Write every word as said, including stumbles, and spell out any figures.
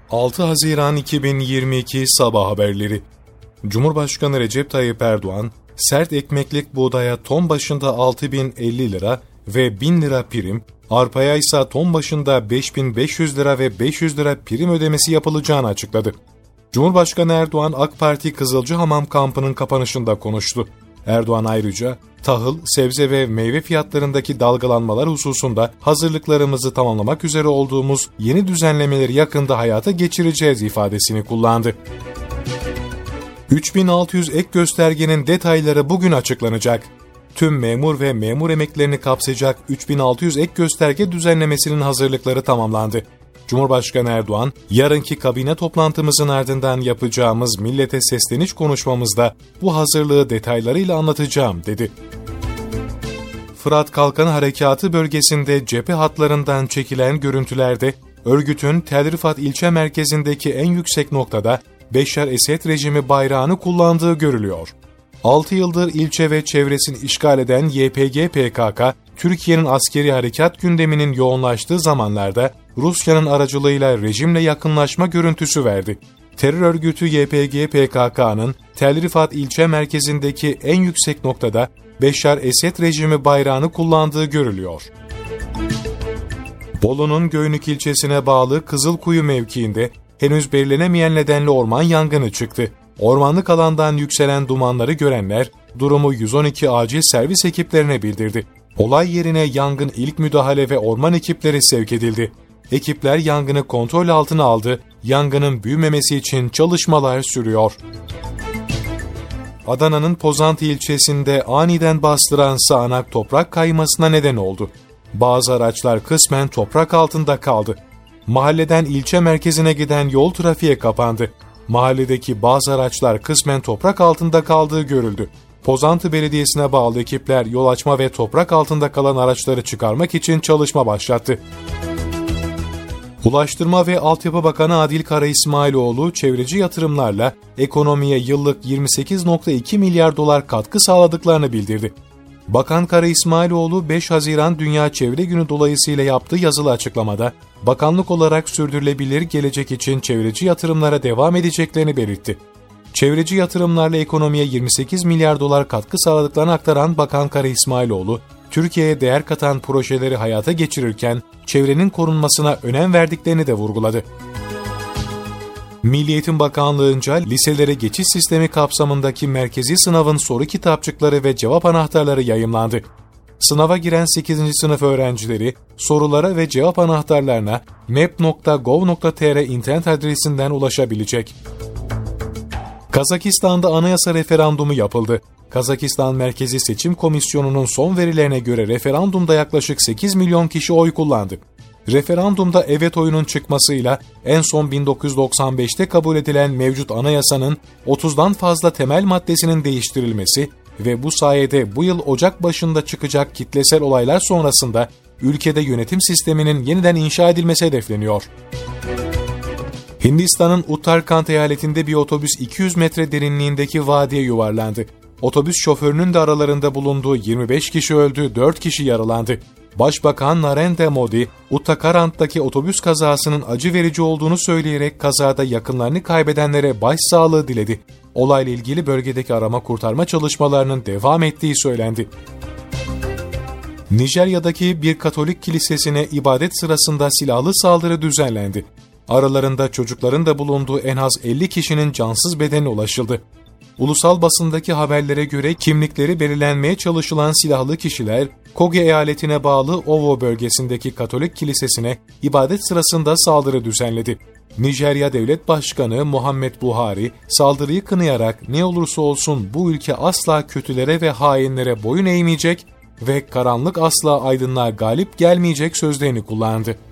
altı Haziran iki bin yirmi iki Sabah haberleri. Cumhurbaşkanı Recep Tayyip Erdoğan, sert ekmeklik buğdaya ton başında altı bin elli lira ve bin lira prim, arpaya ise ton başında beş bin beş yüz lira ve beş yüz lira prim ödemesi yapılacağını açıkladı. Cumhurbaşkanı Erdoğan, AK Parti Kızılcıhamam kampının kapanışında konuştu. Erdoğan ayrıca, tahıl, sebze ve meyve fiyatlarındaki dalgalanmalar hususunda hazırlıklarımızı tamamlamak üzere olduğumuz yeni düzenlemeleri yakında hayata geçireceğiz ifadesini kullandı. üç bin altı yüz ek göstergenin detayları bugün açıklanacak. Tüm memur ve memur emeklilerini kapsayacak üç bin altı yüz ek gösterge düzenlemesinin hazırlıkları tamamlandı. Cumhurbaşkanı Erdoğan, yarınki kabine toplantımızın ardından yapacağımız millete sesleniş konuşmamızda bu hazırlığı detaylarıyla anlatacağım, dedi. Fırat Kalkanı Harekatı bölgesinde cephe hatlarından çekilen görüntülerde, örgütün Tel Rifat ilçe merkezindeki en yüksek noktada Beşşar Esed rejimi bayrağını kullandığı görülüyor. altı yıldır ilçe ve çevresini işgal eden Y P G P K K, Türkiye'nin askeri harekat gündeminin yoğunlaştığı zamanlarda Rusya'nın aracılığıyla rejimle yakınlaşma görüntüsü verdi. Terör örgütü Y P G P K K'nın Tel Rifat ilçe merkezindeki en yüksek noktada Beşşar Esed rejimi bayrağını kullandığı görülüyor. Bolu'nun Göynük ilçesine bağlı Kızılkuyu mevkiinde henüz belirlenemeyen nedenle orman yangını çıktı. Ormanlık alandan yükselen dumanları görenler durumu yüz on iki acil servis ekiplerine bildirdi. Olay yerine yangın ilk müdahale ve orman ekipleri sevk edildi. Ekipler yangını kontrol altına aldı, yangının büyümemesi için çalışmalar sürüyor. Adana'nın Pozantı ilçesinde aniden bastıran sağanak toprak kaymasına neden oldu. Bazı araçlar kısmen toprak altında kaldı. Mahalleden ilçe merkezine giden yol trafiğe kapandı. Mahalledeki bazı araçlar kısmen toprak altında kaldığı görüldü. Pozantı Belediyesi'ne bağlı ekipler yol açma ve toprak altında kalan araçları çıkarmak için çalışma başlattı. Ulaştırma ve Altyapı Bakanı Adil Kara İsmailoğlu, çevreci yatırımlarla ekonomiye yıllık yirmi sekiz virgül iki milyar dolar katkı sağladıklarını bildirdi. Bakan Kara İsmailoğlu, beş Haziran Dünya Çevre Günü dolayısıyla yaptığı yazılı açıklamada, bakanlık olarak sürdürülebilir gelecek için çevreci yatırımlara devam edeceklerini belirtti. Çevreci yatırımlarla ekonomiye yirmi sekiz milyar dolar katkı sağladıklarını aktaran Bakan Kara İsmailoğlu, Türkiye'ye değer katan projeleri hayata geçirirken çevrenin korunmasına önem verdiklerini de vurguladı. Milli Eğitim Bakanlığı'nca liselere geçiş sistemi kapsamındaki merkezi sınavın soru kitapçıkları ve cevap anahtarları yayımlandı. Sınava giren sekizinci sınıf öğrencileri sorulara ve cevap anahtarlarına map nokta gov nokta tr internet adresinden ulaşabilecek. Kazakistan'da anayasa referandumu yapıldı. Kazakistan Merkezi Seçim Komisyonu'nun son verilerine göre referandumda yaklaşık sekiz milyon kişi oy kullandı. Referandumda evet oyunun çıkmasıyla en son bin dokuz yüz doksan beşte kabul edilen mevcut anayasanın otuzdan fazla temel maddesinin değiştirilmesi ve bu sayede bu yıl Ocak başında çıkacak kitlesel olaylar sonrasında ülkede yönetim sisteminin yeniden inşa edilmesi hedefleniyor. Hindistan'ın Uttarakhand eyaletinde bir otobüs iki yüz metre derinliğindeki vadiye yuvarlandı. Otobüs şoförünün de aralarında bulunduğu yirmi beş kişi öldü, dört kişi yaralandı. Başbakan Narendra Modi, Uttarakhand'daki otobüs kazasının acı verici olduğunu söyleyerek kazada yakınlarını kaybedenlere başsağlığı diledi. Olayla ilgili bölgedeki arama kurtarma çalışmalarının devam ettiği söylendi. Nijerya'daki bir Katolik kilisesine ibadet sırasında silahlı saldırı düzenlendi. Aralarında çocukların da bulunduğu en az elli kişinin cansız bedenine ulaşıldı. Ulusal basındaki haberlere göre kimlikleri belirlenmeye çalışılan silahlı kişiler, Kogi eyaletine bağlı Ovo bölgesindeki Katolik kilisesine ibadet sırasında saldırı düzenledi. Nijerya Devlet Başkanı Muhammed Buhari, saldırıyı kınayarak ne olursa olsun bu ülke asla kötülere ve hainlere boyun eğmeyecek ve karanlık asla aydınlığa galip gelmeyecek sözlerini kullandı.